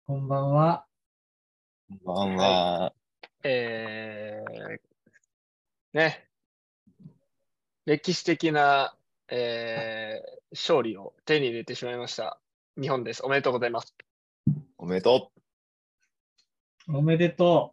こんばんは。 こんばんは。 ね、歴史的な、勝利を手に入れてしまいました。日本です。おめでとうございます。 おめでとおめでと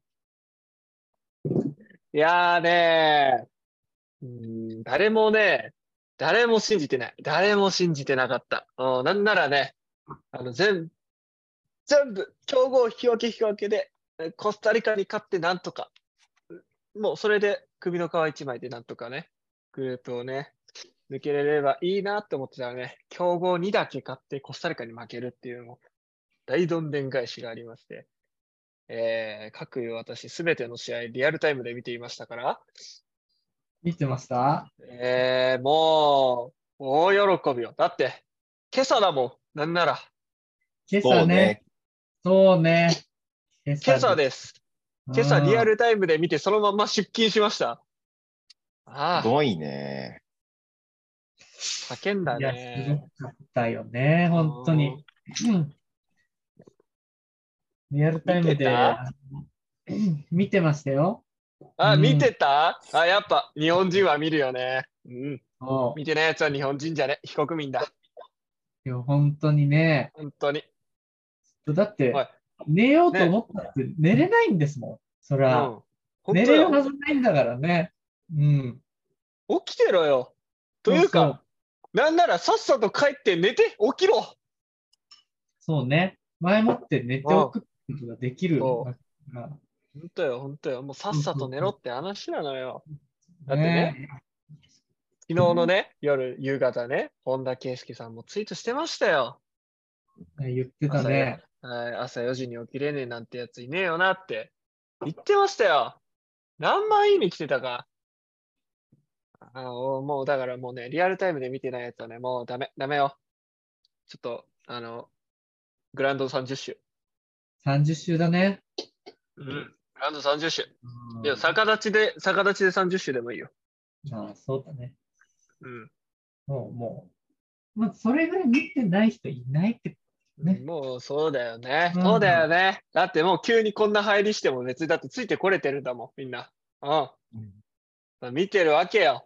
いやーね誰も信じてない。誰も信じてなかった。なんならね、全部、強豪引き分けで、コスタリカに勝ってなんとか、もうそれで首の皮一枚でなんとかね、グループをね、抜けれればいいなって思ってたらね、強豪2だけ勝ってコスタリカに負けるっていうのも大どんでん返しがありまして、各私すべての試合リアルタイムで見ていましたから、 見てました？ もう大喜びよ。だって今朝だもん、なんなら。 今朝ね。そうね。 今朝です。今朝リアルタイムで見てそのまま出勤しました。 すごいね。 叫んだいや、 ね。 すごかったよね、本当に。リアルタイムで見てましたよ。 見てた？やっぱ日本人は見るよね。見てないやつは日本人じゃね、非国民だ。 いや、本当にね。 本当に。 だって、寝ようと思ったって寝れないんですもん。そりゃ、寝れるはずないんだからね。 起きてろよ。というか、なんならさっさと帰って寝て起きろ。 そうね。前もって寝ておくことができる。 本当よ、本当よ。もうさっさと寝ろって話なのよ。だってね、昨日のね、夕方ね、本田圭佑さんもツイートしてましたよ。 言ってたね。 朝4時に起きれねえなんてやついねえよなって言ってましたよ。何万いいね来てたか。もうだからもうね、リアルタイムで見てないやつはね、もうダメよ。ちょっと、グランド30周。 30周だね。 グランド30周。いや、逆立ちで30周でもいいよ。 そうだね。もう、それぐらい見てない人いないってね。 もうそうだよね。そうだよね。だってもう急にこんな入りしても別にだってついてこれてるんだもん、みんな。見てるわけよ。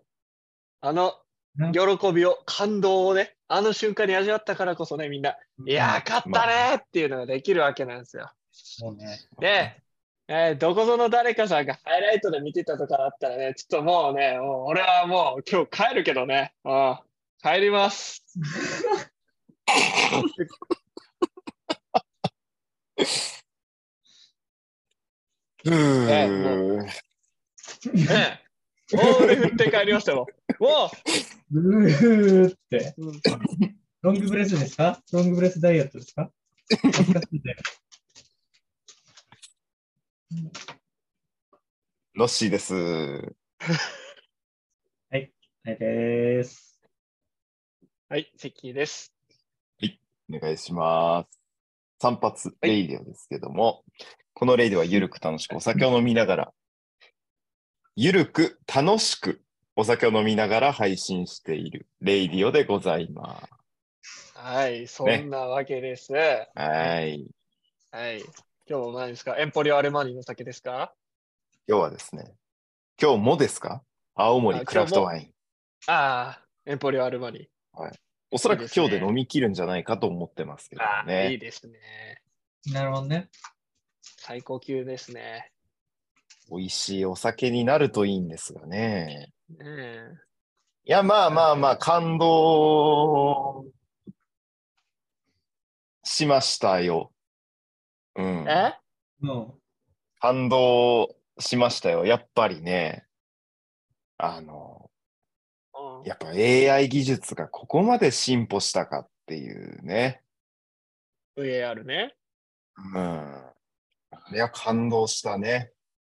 喜びを、感動をね、あの瞬間に味わったからこそね、みんな、いやー、勝ったねーっていうのができるわけなんですよ。で、どこぞの誰かさんがハイライトで見てたとかだったらね、ちょっともうね、俺はもう今日帰るけどね、帰ります。俺振って帰りましたよ。もうーって。ロングブレスですか？ロングブレスダイエットですか？ ロッシーです。 はい、です。 はい、セッキーです。 はい、お願いします。散髪レイディオですけども、このレイディオはゆるく楽しくお酒を飲みながら、ゆるく楽しくお酒を飲みながら配信しているレイディオでございます。 はい、そんなわけです。 はい。 今日も何ですか？エンポリオアルマーニの酒ですか？ 今日はですね、今日もですか？青森クラフトワイン。 エンポリオアルマーニ。 おそらく今日で飲み切るんじゃないかと思ってますけどね。 いいですね。 なるほどね。 最高級ですね。 美味しいお酒になるといいんですがね。いや、まあ、感動しましたよ。感動しましたよ。やっぱりね、やっぱ AI 技術がここまで進歩したかっていうね。 VAR ね。 あれは感動したね。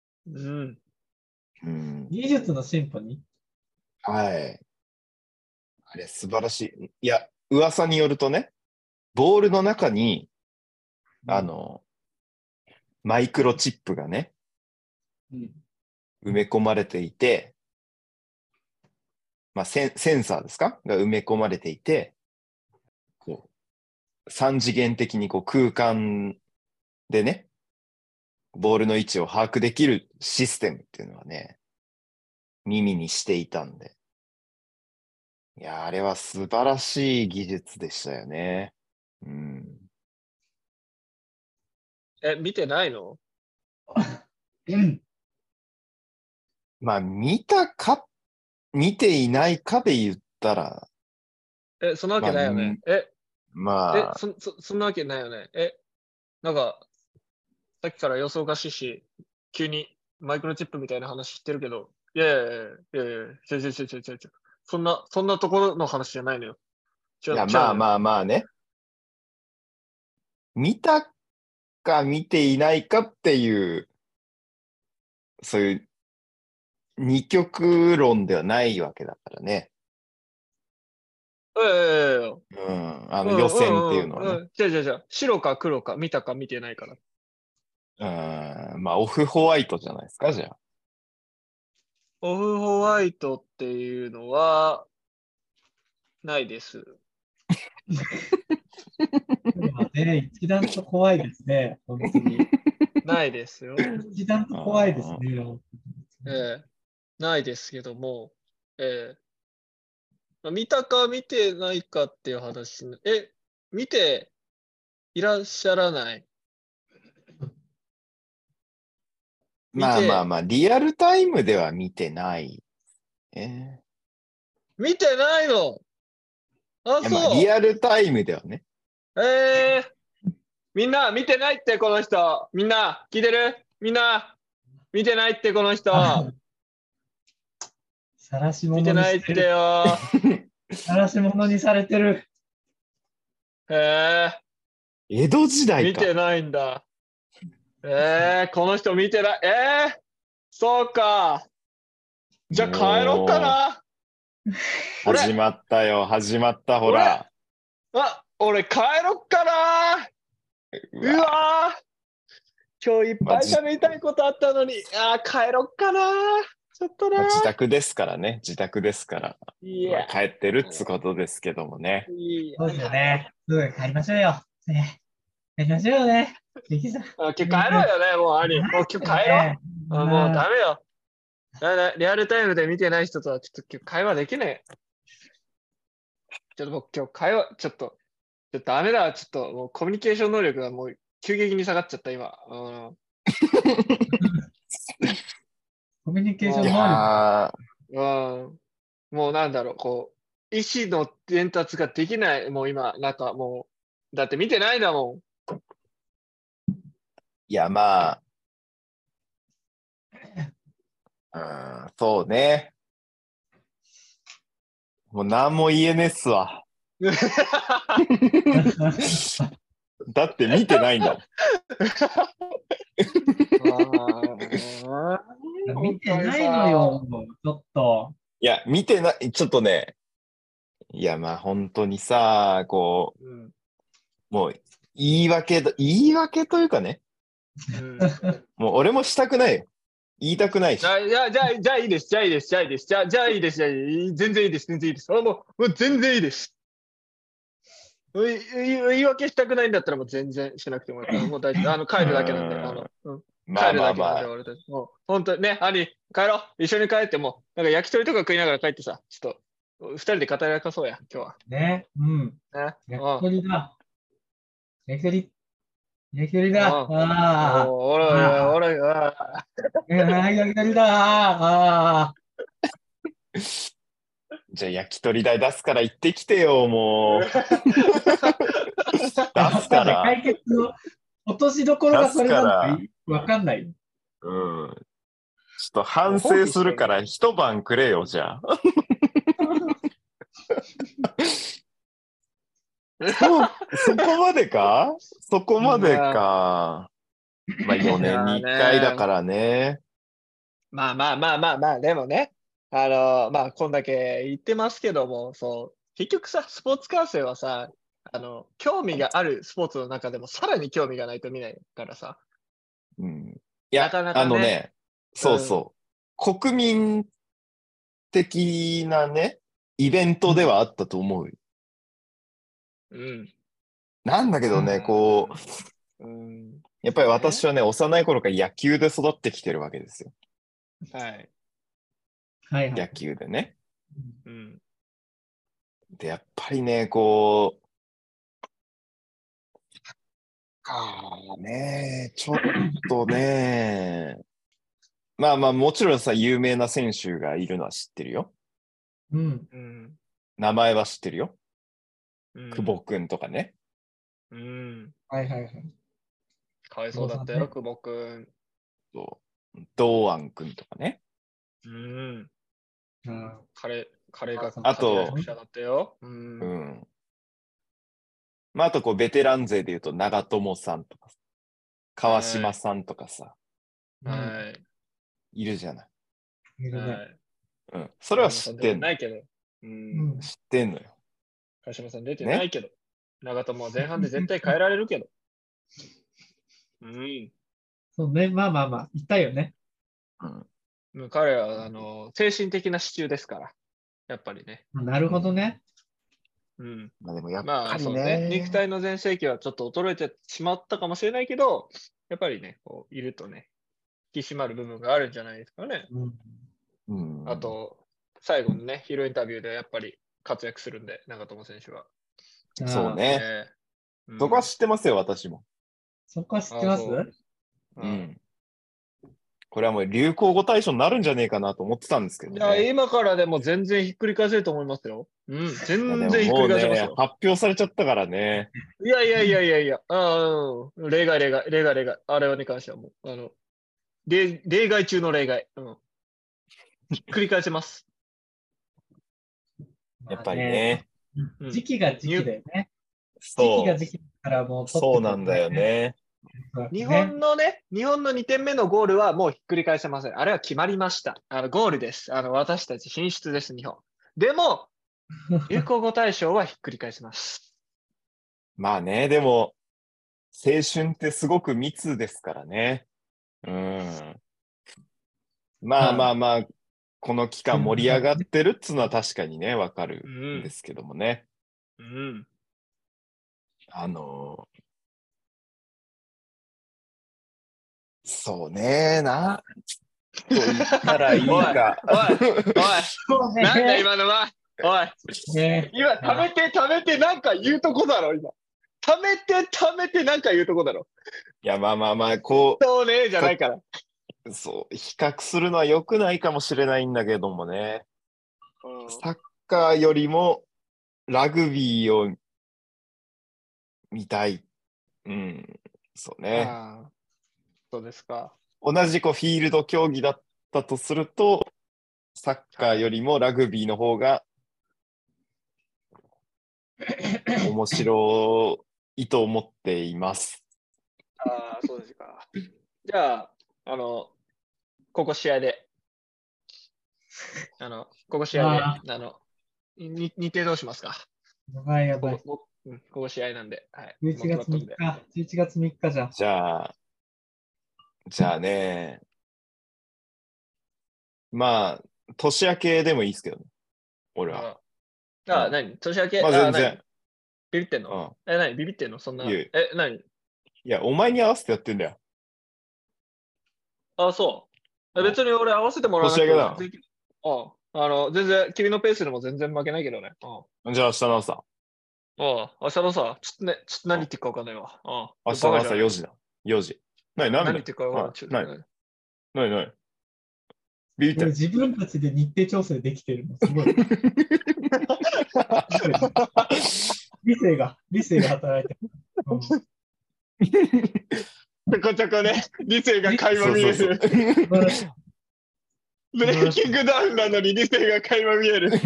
技術の進歩に？ はい。あれ素晴らしい。いや、噂によるとね、ボールの中に、マイクロチップがね、埋め込まれていて、センサーですかが埋め込まれていて、こう、三次元的にこう空間でね、ボールの位置を把握できるシステムっていうのはね、耳にしていたんで。いや、あれは素晴らしい技術でしたよね。うん。 見てないの？ うん。 まあ、見ていないかで言ったら、 そんなわけないよね。 まあ、 そんなわけないよね。なんか、さっきから予想がしいし、急にマイクロチップみたいな話してるけど、いやいやいやいやいや、違う。そんなところの話じゃないのよ。違う、 いや、 違うのよ。 まあね。見たか見ていないかっていう、そういう二極論ではないわけだからね。 うん。 予選っていうのはね。 違う。白か黒か、見たか見てないから。 まあ、オフホワイトじゃないですか、じゃあ。 オフホワイトっていうのは、ないです。 一段と怖いですね、本当に。 ないですよ。 一段と怖いですね。 ないですけども、見たか見てないかっていう話。見ていらっしゃらない？ まあ、リアルタイムでは見てない。 見てないの？そう。 リアルタイムではね。 みんな見てないってこの人。みんな聞いてる？みんな見てないってこの人。 晒し者見てないってよ。 晒し者にされてる。 江戸時代か。 見てないんだ。この人見てない。そうか。じゃあ帰ろっかな。 始まったよ、始まった、ほら。 俺帰ろっかな。うわ今日いっぱい喋りたいことあったのに、帰ろっかな。ちょっとな。 自宅ですからね、自宅ですから。帰ってるっつことですけどもね。 そうですよね。すぐ帰りましょうよ。ね、帰りましょうよね。 今日帰ろうよね、もう兄。もう今日帰ろう。もうダメよ。リアルタイムで見てない人とはちょっと今日会話できない。ちょっと僕今日会話、ちょっとダメだ。ちょっともうコミュニケーション能力がもう急激に下がっちゃった、今。 コミュニケーション能力。もうなんだろう、意思の伝達ができない。もう今、なんかもう、だって見てないんだもん。 いや、まあ、そうね。もう何も言えねえっすわ。だって見てないんだもん。見てないのよ、ちょっと。 いや、見てない、ちょっとね。いや、まあ本当にさ、もう言い訳というかね。もう俺もしたくないよ。言いたくないし。 じゃあいいです。じゃあいいです。全然いいです。もう全然いいです。言い訳したくないんだったらもう全然しなくてもいいから、もう大丈夫。帰るだけなんで。帰るだけなんで俺たち。もう本当にね、兄、帰ろう。一緒に帰っても、なんか焼き鳥とか食いながら帰ってさ、ちょっと、二人で語り明かそうや、今日は。 ね、うん。焼き鳥だ。焼き鳥だ。焼き鳥だ。 じゃあ焼き鳥代出すから行ってきてよ、もう。出すから。 解決の落としどころがそれなんてわかんない。 ちょっと反省するから一晩くれよ、じゃあ。そこまでか。まあ4年に1回だからね。 まあ、でもね、まあこんだけ言ってますけども、結局さ、スポーツ観戦はさ、興味があるスポーツの中でもさらに興味がないと見ないからさ。 いや、 なかなかね、 そう。国民的なね、イベントではあったと思う。なんだけどね、 やっぱり私はね、幼い頃から野球で育ってきてるわけですよ。 はい。 はいはい。 野球でね。 うん。 で、やっぱりね、こう、ちょっとね、まあまあ、もちろんさ、有名な選手がいるのは知ってるよ。 うん。 うん。 名前は知ってるよ。 うん。 久保くんとかね。 うん。 はいはいはい。 かわいそうだったよ、久保くん。 堂安くんとかね。 うん。 うん。 彼があと活躍者だったよ。う。 うんん。まあ、あとこう、ベテラン勢で言うと、長友さんとか、川島さんとかさ、 はい。 いるじゃない。 いるね。 はい。 うん。それは知ってんの。 ないけど。ううんん。 知ってんのよ。 川島さん出てなね。 いけど。長友は前半で絶対変えられるけど。うん。 そうね。まあまあまあ、いたよね。 うん。 彼は、精神的な支柱ですから。やっぱりね。 なるほどね。 うん。 まあでもやっまあ、 ぱりそうね。 ね。 肉体の全盛期はちょっと衰えてしまったかもしれないけど、やっぱりね、こう、いるとね、引き締まる部分があるんじゃないですかね。 うん。 うん。 あと、最後のね、ヒーローインタビューでやっぱり活躍するんで、長友選手は。 そうね。そこは知ってますよ、私も。 そこは知ってます？ うん。これはもう流行語大賞になるんじゃねえかなと思ってたんですけどいや、 ね。 今からでも全然ひっくり返せると思いますよ。うん、 いや全でも然ひっくり返せますよ。 発表されちゃったからね。 いやいやいやいやいや、例外。あれはに関してはもう、例外中の例外。ひっくり返せます。 やっぱりね。 時期が時期だよね。 そう。 時期が時期だからもうそうなんだよね。 日本の2点目のゴールはもうひっくり返せません。あれは決まりました。ゴールです。私たち進出です、日本。でも、流行語大賞はひっくり返せます。 まあね、でも、青春ってすごく密ですからね。うん。まあまあまあ、この期間盛り上がってるっつうのは確かにね、わかるんですけどもね。 うん。 そうねと言ったらいいか。 おい、なんだ今のは。おい、今、貯めてなんか言うとこだろ、今。貯めてなんか言うとこだろ。 いや、まあまあまあ、こう。 そうね、じゃないから。 そう、比較するのは良くないかもしれないんだけどもね。サッカーよりもラグビーを見たい。うん、そうね。 そうですか。 同じフィールド競技だったとすると、サッカーよりもラグビーの方が面白いと思っています。 そうですか。じゃあ、ここ試合で、日程どうしますか？ やばいやばい。 ここ試合なんで。はい。 11月3日。11月3日じゃん。 じゃあね。まあ、年明けでもいいですけどね。俺は。 何年明け？ まあ全然。 ビビってんの？何ビビってんの？そんな。何？ いや、お前に合わせてやってんだよ。 そう。別に俺合わせてもらわなくても全然。全然、君のペースでも全然負けないけどね。 じゃあ明日の朝。 明日の朝、ちょっと何言ってるか分かんないわ。 明日の朝4時だ。4時。何言ってるか分かんない。 何ビビった。 自分たちで日程調整できてるの、すごい。理性が働いてる。 ちょこちょこね、理性が垣間見える。ブレイキングダウンなのに理性が垣間見える。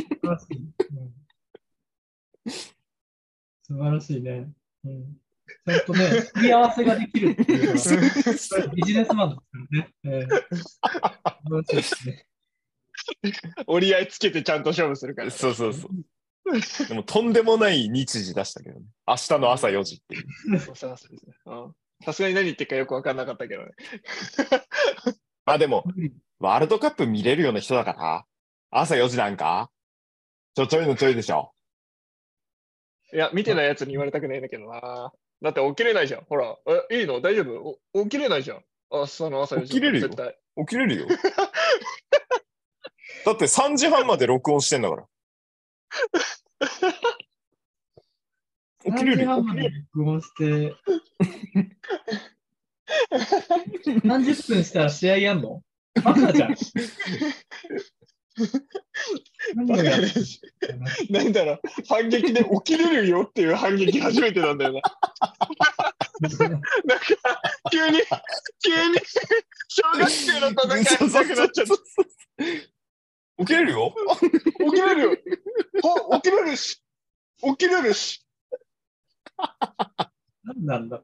素晴らしいね。ちゃんとね、組み合わせができるっていうのは、ビジネスマンですからね。 折り合いつけてちゃんと勝負するから。 そう。でもとんでもない日時出したけどね。明日の朝4時っていう。 さすがに何言ってるかよく分かんなかったけどね。 まあでも、ワールドカップ見れるような人だから、朝4時なんかちょいのちょいでしょ。 いや、見てないやつに言われたくないんだけどな。 だって起きれないじゃん。ほら、いいの大丈夫起きれないじゃん。その朝4時起きれるよ絶対。 起きれるよ。だって3時半まで録音してんだから。起き 3 れるよ。 時半まで録音して、30分したら試合やんのバカじゃん。何をやってるのなんだろう、反撃で起きれるよっていう反撃初めてなんだよな。なんか、急に小学生の戦いしたくなっちゃった。 起きれるよ起きれるよ起きれるし起きれるし何なんだ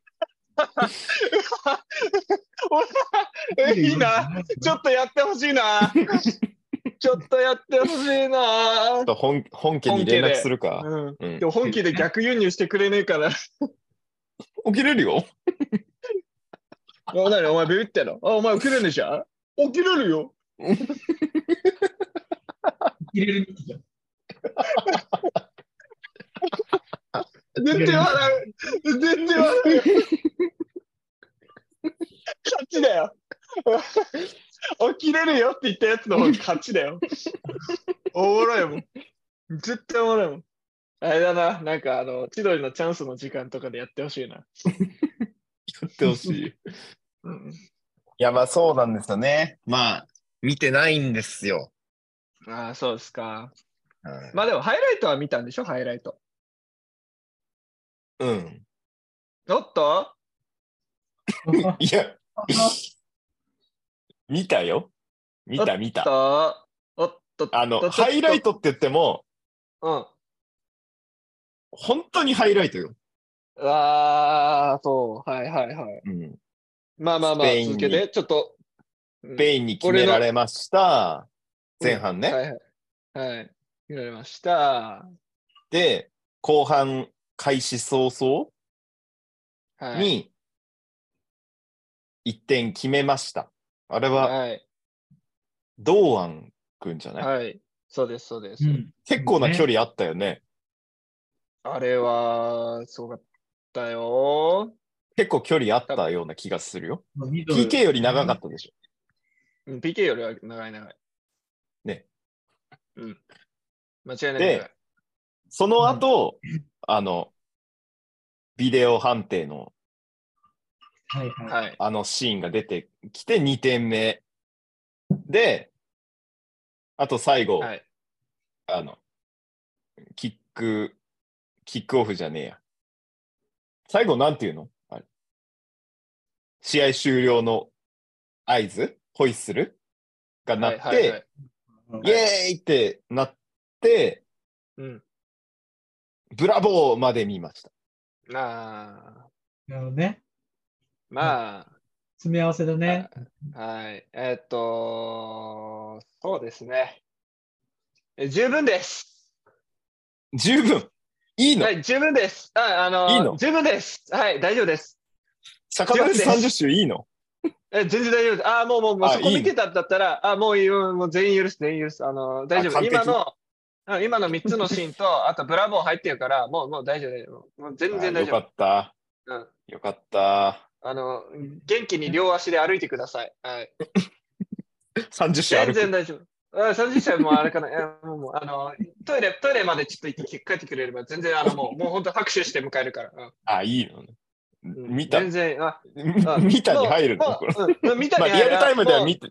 いいな。ちょっとやってほしいな。ちょっとやってほしいな。 本家に連絡するか。 でも本気で逆輸入してくれねえから。 起きれるよ。 お前ビビってんの？お前起きれるじゃん。起きれるよ。 起きれる日じゃん。 全然笑う。全然笑うよ。勝ちだよ。起きれるよって言ったやつの方が勝ちだよ。おもろいもん。絶対おもろいもん。あれだな、なんか千鳥のチャンスの時間とかでやってほしいな。 やってほしい。いや、まあそうなんですよね。まあ、見てないんですよ。 ああ、そうですか。まあでも、ハイライトは見たんでしょ、ハイライト。 うん。 おっといや、見たよ。見た。 おっとハイライトって言っても、 うん。 本当にハイライトよ。 ああ、そう。はい。 うん。 まあ、続けて、ちょっと。 スペインに決められました。前半ね。 はい。決められました。 で、後半開始早々に1点決めました。あれは、堂安くんじゃない？ はい。そうです。 結構な距離あったよね。 あれは、すごかったよ。 結構距離あったような気がするよ。 PK PK より長かったでしょ。 PK よりは長い。 ね。 うん。間違いない。 で、その後、ビデオ判定の、シーンが出てきて2点目。で、あと最後、キックオフじゃねえや。最後なんていうの？試合終了の合図ホイッスルが鳴って、イエーイってなって、ブラボーまで見ました。 なるほどね。 まあ。 詰め合わせだね。 はい。そうですね。十分です。 十分いいの？ はい、十分です。 いいの？ 十分です。はい、大丈夫です。 逆立ち30周いいの？ 全然大丈夫です。もうそこ見てたんだったら、もういいよ、もう全員許す。大丈夫。今の3つのシーンと、あとブラボー入ってるから、もう大丈夫。もう全然大丈夫。 よかった。よかった。 元気に両足で歩いてください。はい。 30周歩く。 全然大丈夫。30歳もあれかな。トイレまでちょっと行って帰ってくれれば、全然もう本当拍手して迎えるから。 いいのね。見た。 全然、 見たに入るの？ 見たに入る。 リアルタイムでは見て。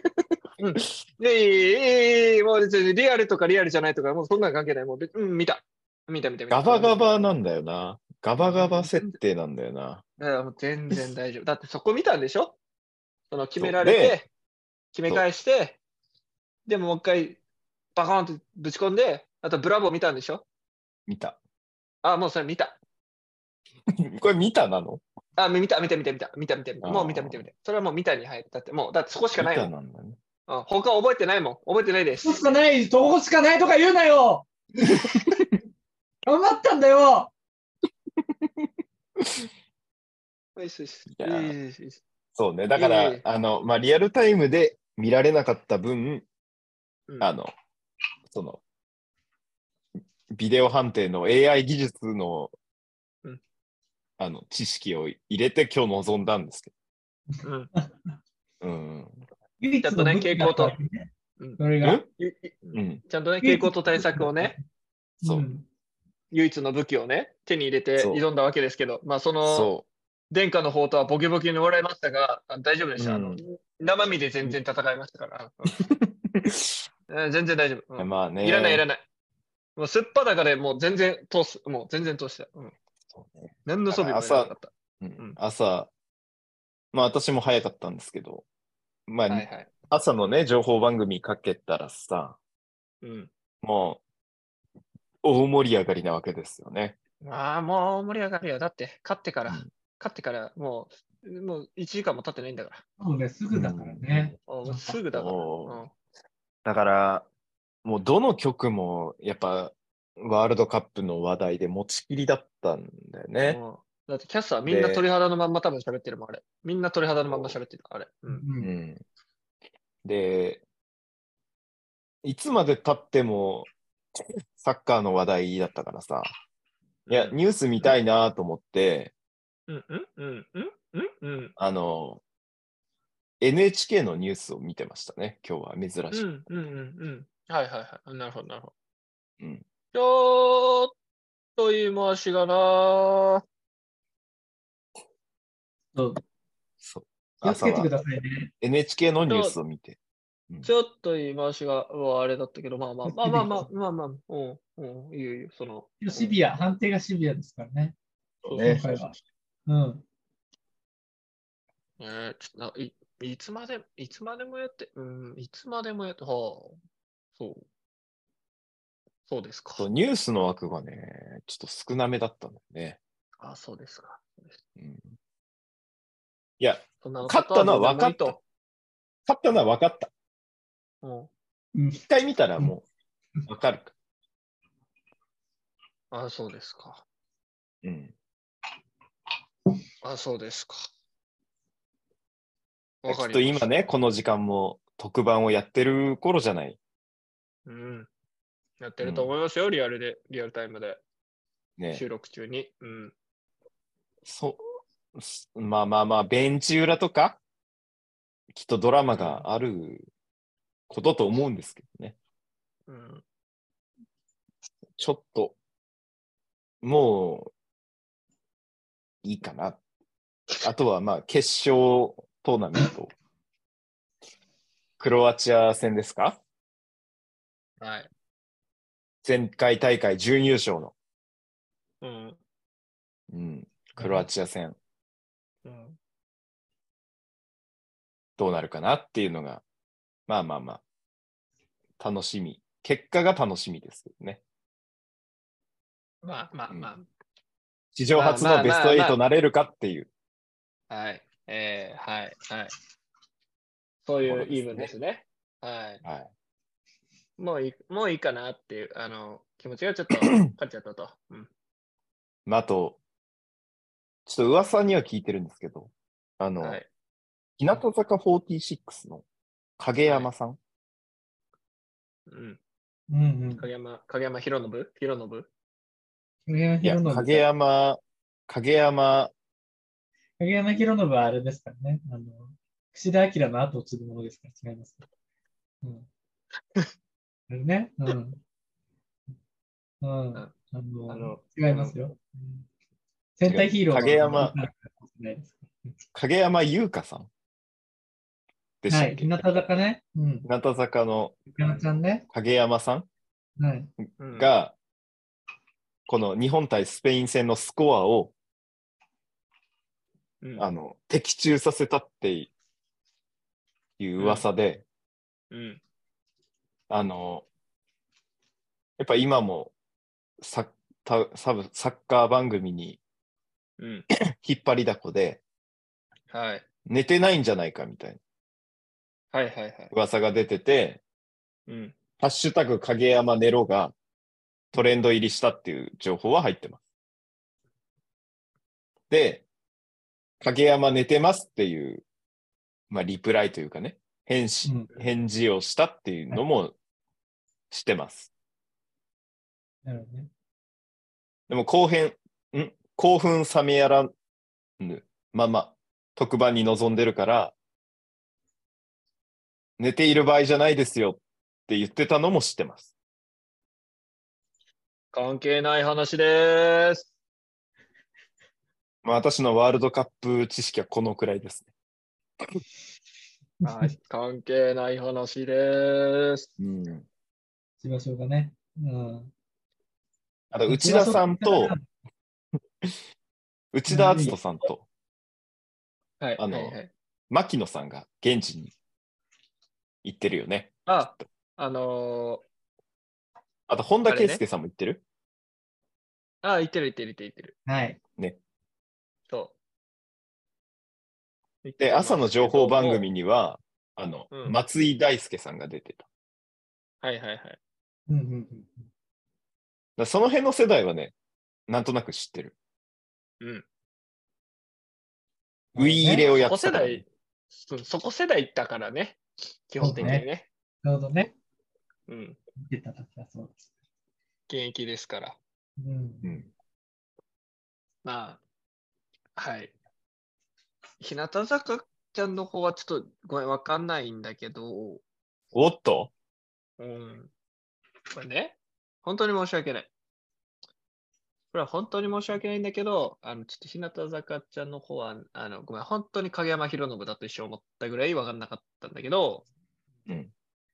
もうリアルとかリアルじゃないとか、もうそんなの関係ない。もう見た。 ガバガバなんだよな。ガバガバ設定なんだよな。 もう全然大丈夫。だってそこ見たんでしょ？決められて、決め返して、でももう一回、バコーンってぶち込んで、あとブラボー見たんでしょ？ 見た。 もうそれ見た。 これ見たなの？ 見た。もう見た。それはもう見たに入る。だってそこしかないもん。 なんだね。 他覚えてないもん。覚えてないです。 そこしかないとか言うなよ頑張ったんだよそうね。だから、リアルタイムで見られなかった分、ビデオ判定の AI 技術の知識を入れて今日臨んだんですけうん。 ど。うん。 唯一の武器だったわけね。 うんそれが。 うん。 ちゃんとね、傾向と対策をね、 そう。 唯一の武器をね、手に入れて挑んだわけですけど、まあその、 そ殿下の方とはボケボケにおられましたが、大丈夫でした。 うん生身で全然戦いましたから。全然大丈夫。 う。まあね。 いらないいらない。もうすっぱだかでもう全然通す。もう全然通した。 そうね何の装備もいらなかった。 朝、まあ私も早かったんですけど、まあ、 はいはい。 朝のね、情報番組かけたらさ、もう、大盛り上がりなわけですよね。 ああ、もう盛り上がるよ。だって、勝ってからもう1時間も経ってないんだから。 そうね、すぐだからね。 すぐだから。 だから、もうどの曲も、やっぱ、ワールドカップの話題で持ちきりだったんだよね。 だってキャスターみんな鳥肌のまんま多分喋ってるもん、あれ。みんな鳥肌のまんま喋ってる、あれ。 で、いつまで経ってもサッカーの話題だったからさ、いや、ニュース見たいなと思って、NHK のニュースを見てましたね、今日は珍しく。 はいはいはい。なるほど、なるほど。ちょっと言い回しがなそう。気をつけてくださいね。 NHK のニュースを見て。 ちょっと言い回しがあれだったけど、まあ、いいよ、その。 シビア、判定がシビアですからね。 そうね。 今回は。 いつまでもやって、いつまでもやって、そうですか。 ニュースの枠がね、ちょっと少なめだったんだよね。 そうですか。 いや、勝ったのは分かった。勝ったのは分かった。一回見たらもう分かるかそうですか。そうですか。 きっと今ね、この時間も特番をやってる頃じゃない。 やってると思いますよ、リアルタイムで。収録中に。 まあ、ベンチ裏とか、きっとドラマがあることと思うんですけどね。ちょっと、もう、いいかな。あとは、まあ、決勝トーナメント。クロアチア戦ですか？ はい。 前回大会準優勝の。クロアチア戦。どうなるかなっていうのが、まあ、楽しみ。結果が楽しみですよね。 まあ。 史上初のベスト8なれるかっていう。 はい。そういう言い分ですね。はい。もういいかなっていう、気持ちがちょっと勝っちゃったと。 あと、ちょっと噂には聞いてるんですけど、日向坂46の影山さん。 影山博信いや、影山博信はあれですからね。串田明の後を継ぐものですから、違います。あれね。違いますよ。戦隊ヒーローの影山優香さんでしたっけ？ 日向坂ね。 日向坂の影山さんが、この日本対スペイン戦のスコアを、的中させたっていう噂で、やっぱ今もサッカー番組に引っ張りだこで、寝てないんじゃないかみたいな噂が出てて、ハッシュタグ影山ネロがトレンド入りしたっていう情報は入ってます。で、影山寝てますっていう、リプライというかね、返事をしたっていうのもしてます。でも後編、 興奮冷めやらぬまま特番に臨んでるから、寝ている場合じゃないですよって言ってたのも知ってます。 関係ない話です。 まあ、私のワールドカップ知識はこのくらいですね。 はい、関係ない話です。 しましょうかね。うん。 あと、内田さんと、内田篤人さんと、 はい、はい、はい。 牧野さんが現地に行ってるよね。 あきっとあと、本田圭佑さんも行ってる。 言ってる、言ってる、言ってる。 はい。 ね。 そう。 で、朝の情報番組には、 うん松井大輔さんが出てた。 はいはいはい。 うんうんうん。 だからその辺の世代はね、なんとなく知ってる。 うん。 ウイイレをやそこ世ってたから、ね。 代、そこ世代だからね。基本的にね。 なるほどね。 うん。 見てた時はそうです。 現役ですから。 うん。 まあ、はい。日向坂ちゃんの方はちょっとごめん、わかんないんだけど、 おっとこれね、本当に申し訳ない。これは本当に申し訳ないんだけど、ちょっと日向坂ちゃんの方は、ごめん、本当に影山博信だと一瞬思ったぐらいわかんなかったんだけど、 うん。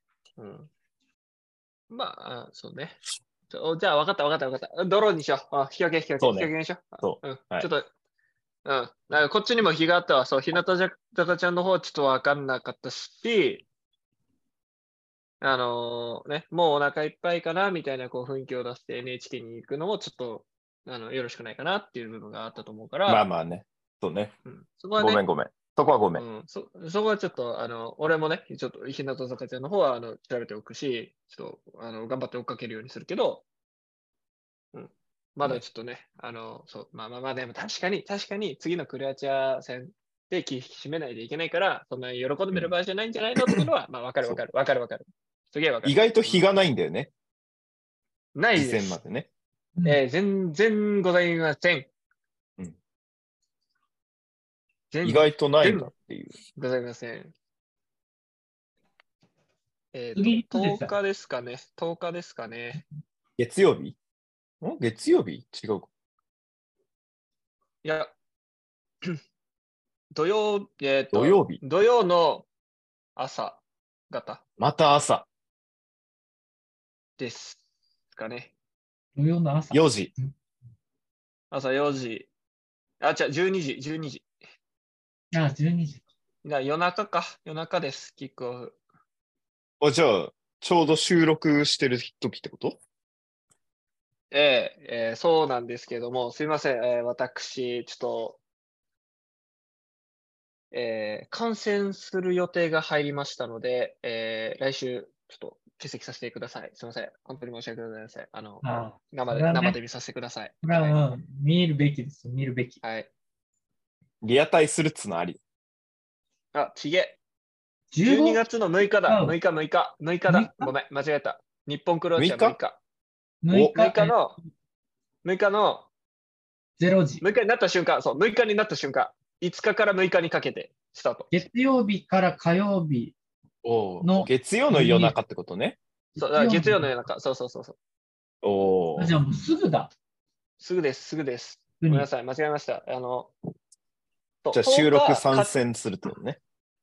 まあ、そうね。じゃあ、分かった、分かった、分かった。ドローにしよう。引き分け、引き分け、 そうね引き分けにしよう。 そう。はい、 ちょっと、なんかこっちにも日があったわ。そう、日向坂ちゃんの方はちょっと分かんなかったし、もうお腹いっぱいかな、みたいなこう雰囲気を出して NHK に行くのもちょっと、よろしくないかなっていう部分があったと思うから、 まあまあね。そうね。 そこはね、 ごめんごめん。そこはごめん。 そこはちょっと、俺もね、ちょっと日向坂ちゃんの方は、調べておくし、ちょっと、頑張って追っかけるようにするけど、まだちょっとね、そう、まあ、でも確かに次のクロアチア戦で気引き締めないといけないから、そんなに喜んでる場合じゃないんじゃないのっていうのは、まあ、わかる。すげえわかる。 意外と日がないんだよね。次ないです。 戦までね。 全然ございません。 意外とないんだっていう。 ございません。 10 日ですかね。10日ですかね。 月曜日月曜日違うか。 いや、土曜日土曜の朝方また朝。 ですかね。 土曜の朝。 4時。 朝4時。12時、12時。 12時。 夜中か。夜中です、キックオフ。 じゃあ、ちょうど収録してる時ってこと？ そうなんですけども、すいません。私、ちょっと、観戦する予定が入りましたので、来週、ちょっと欠席させてください。すいません。本当に申し訳ございません。生で見させてください。 これは、見るべきです。見るべき。 はい。 リアタイするっつのあり。 ちげ。 15? 12月の6日だ。6日だ。ごめん、間違えた。日本クロアチア6日。6日の 0時。 6日になった瞬間、そう、6日になった瞬間、5日から6日にかけてスタート。 月曜日から火曜日の。 月曜の夜中ってことね。 そう、月曜の夜中。そう。 じゃあもうすぐだ。 すぐです。ごめんなさい、間違えました。 じゃあ収録参戦するってことね。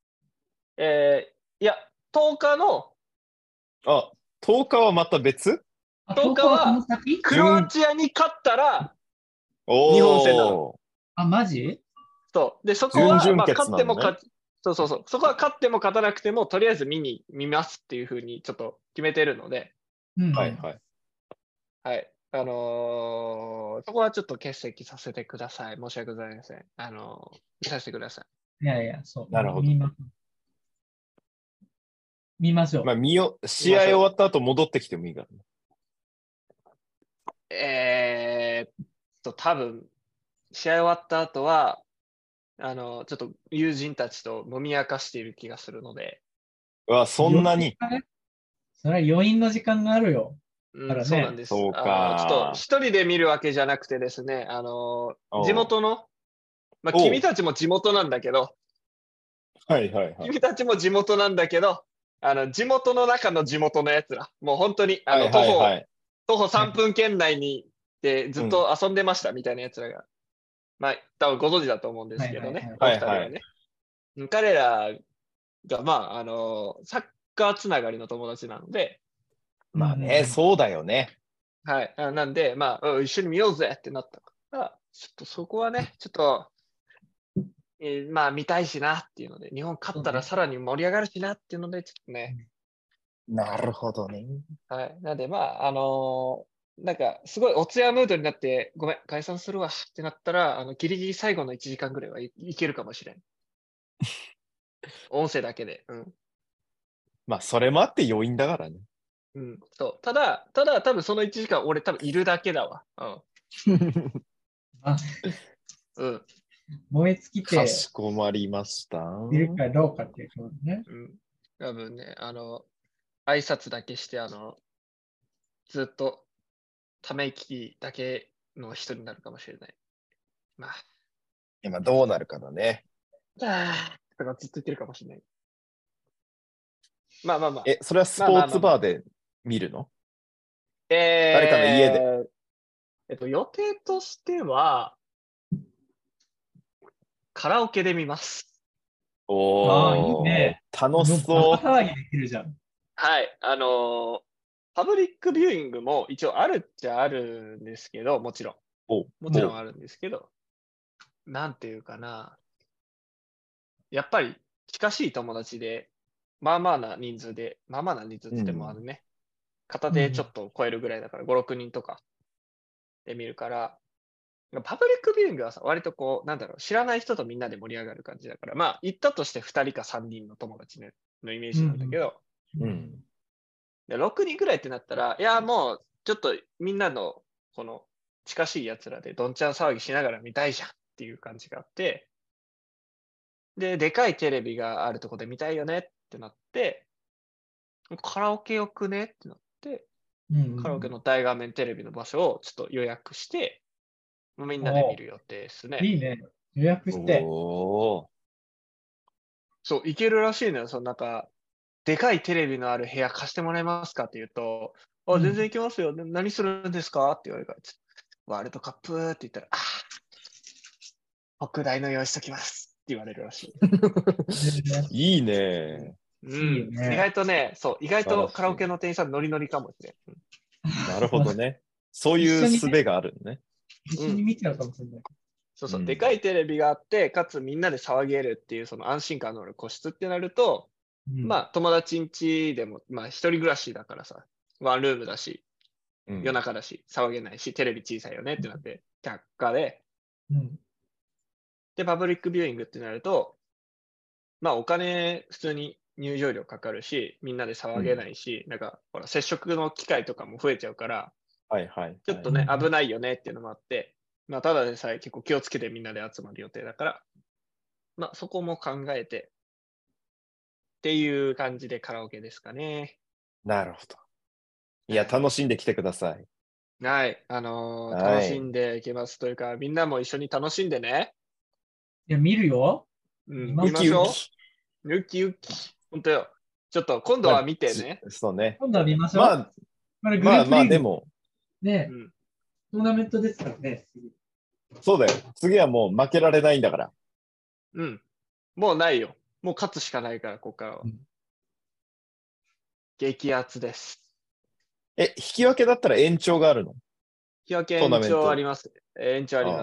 いや、10日の。 10日はまた別 ？10日はクロアチアに勝ったら日本戦なの。 マジ？ そう。で、そこは、 勝ってもそう。そこは勝っても勝たなくても、とりあえず見ますっていうふうにちょっと決めてるので。 はい。 はい。そこはちょっと欠席させてください。申し訳ございません。見させてください。いや、そう。 なるほど。 見ましょう。 試合終わった後戻ってきてもいいからね。多分、試合終わった後は、ちょっと友人たちと飲み明かしている気がするので。 そんなに？ それは余韻の時間があるよ。 からねそうなんです。 そうちょっかと一人で見るわけじゃなくてですね、 お地元の、まあ、 おう君たちも地元なんだけど、 はいはいはい。 君たちも地元なんだけど、地元の中の地元のやつら、もう本当に、 はいはいはい。 徒歩3分圏内にでずっと遊んでましたみたいなやつらが、まあ、多分ご存知だと思うんですけどね、おはい二人ははいね。彼らが、まあ、サッカーつながりの友達なので、 まあね、そうだよね。 はい。なんで、まあ、一緒に見ようぜってなったから、ちょっとそこはね、ちょっと、まあ見たいしなっていうので、日本勝ったらさらに盛り上がるしなっていうので、ちょっとね、 なるほどね。 はい。なんで、まあ、なんか、すごいおつやムードになって、ごめん、解散するわってなったら、ギリギリ最後の1時間ぐらいはいけるかもしれん。音声だけで。 まあ、それもあって要因だからね。 そう。ただ、多分その1時間、俺多分いるだけだわ。 燃え尽きてかしこまりました。 いるかどうかっていうことね。 多分ね、挨拶だけして、ずっとため息だけの人になるかもしれない。まあ。 今どうなるかだね。 とかずっと言ってるかもしれない。まあ。 それはスポーツバーで見るの？ 誰かの家で。 予定としては、カラオケで見ます。 ああ、いいね。 楽しそう。 騒ぎできるじゃん。 はい。パブリックビューイングも一応あるっちゃあるんですけど、もちろん。もちろんあるんですけど、なんていうかな。やっぱり近しい友達で、まあまあな人数って言ってもね、片手ちょっと超えるぐらいだから、5、6人とかで見るから、パブリックビューイングはさ、割とこう、なんだろう、知らない人とみんなで盛り上がる感じだから、まあ、行ったとして2人か3人の友達のイメージなんだけど、で6人ぐらいってなったら、いや、もう、ちょっとみんなの、この、近しい奴らでどんちゃん騒ぎしながら見たいじゃんっていう感じがあって、で、でかいテレビがあるとこで見たいよねってなって、カラオケよくねってなって、カラオケの大画面テレビの場所をちょっと予約して、みんなで見る予定ですね。 いいね。予約して。 そう、行けるらしいのよ。なんか、でかいテレビのある部屋貸してもらえますかって言うと、全然行けますよ。何するんですかって言われるから、ワールドカップって言ったら、特大の用意しときますって言われるらしい。いいね。 意外とね、意外とカラオケの店員さんノリノリかもしれん。 なるほどね。そういう術があるね。 一緒に見ちゃうかもしれない。 でかいテレビがあって、かつみんなで騒げるっていう、その安心感のある個室ってなると、まあ、友達ん家でも、まあ、一人暮らしだからさ、ワンルームだし、夜中だし、騒げないし、テレビ小さいよねってなって、却下で、で、パブリックビューイングってなると、まあ、お金、普通に入場料かかるし、みんなで騒げないし、なんか、ほら、接触の機会とかも増えちゃうから、ちょっとね、危ないよねっていうのもあって、まあ、ただでさえ結構気をつけてみんなで集まる予定だから、まあ、そこも考えて、っていう感じでカラオケですかね。 なるほど。いや、楽しんできてください。 はい。楽しんでいきますというか、みんなも一緒に楽しんでね。 いや、見るよ。 見ましょう。ウキウキ。本当よ。ちょっと今度は見てね。 そうね。 今度は見ましょう。 まあでも。 ね、トーナメントですからね。 そうだよ。次はもう負けられないんだから。 もうないよ。もう勝つしかないから、ここからは。激アツです。 引き分けだったら延長があるの？ 引き分け延長あります。延長あります。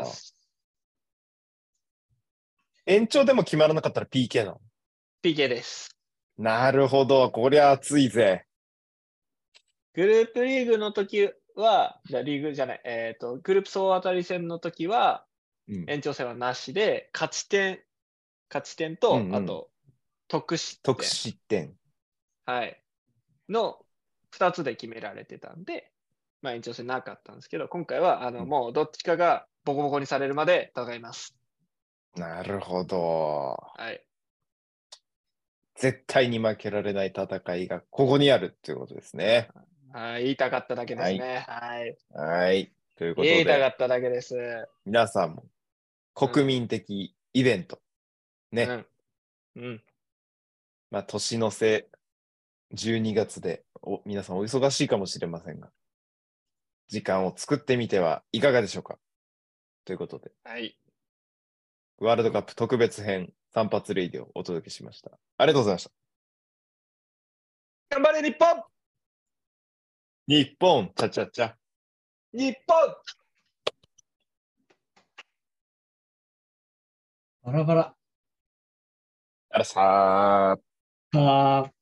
延長でも決まらなかったら PK なの？ PK です。 なるほど。こりゃ熱いぜ。 グループリーグの時は、リーグじゃない、グループ総当たり戦の時は、延長戦はなしで、勝ち点と、あと、得失点。はい。の2つで決められてたんで、まあ延長戦なかったんですけど、今回は、もうどっちかがボコボコにされるまで戦います。 なるほど。 はい。 絶対に負けられない戦いがここにあるっていうことですね。 はい、言いたかっただけですね。はい。 はい。ということ言いたかで、 っただけです。 皆さんも国民的イベント、ね、 うん。うん。 まあ、年の瀬12月で皆さんお忙しいかもしれませんが、時間を作ってみてはいかがでしょうか。ということで、 はい。 ワールドカップ特別編散髪レイディをお届けしました。ありがとうございました。 頑張れ、日本日本、チャチャチャ。 日本バラバラ。 あらさー。 あー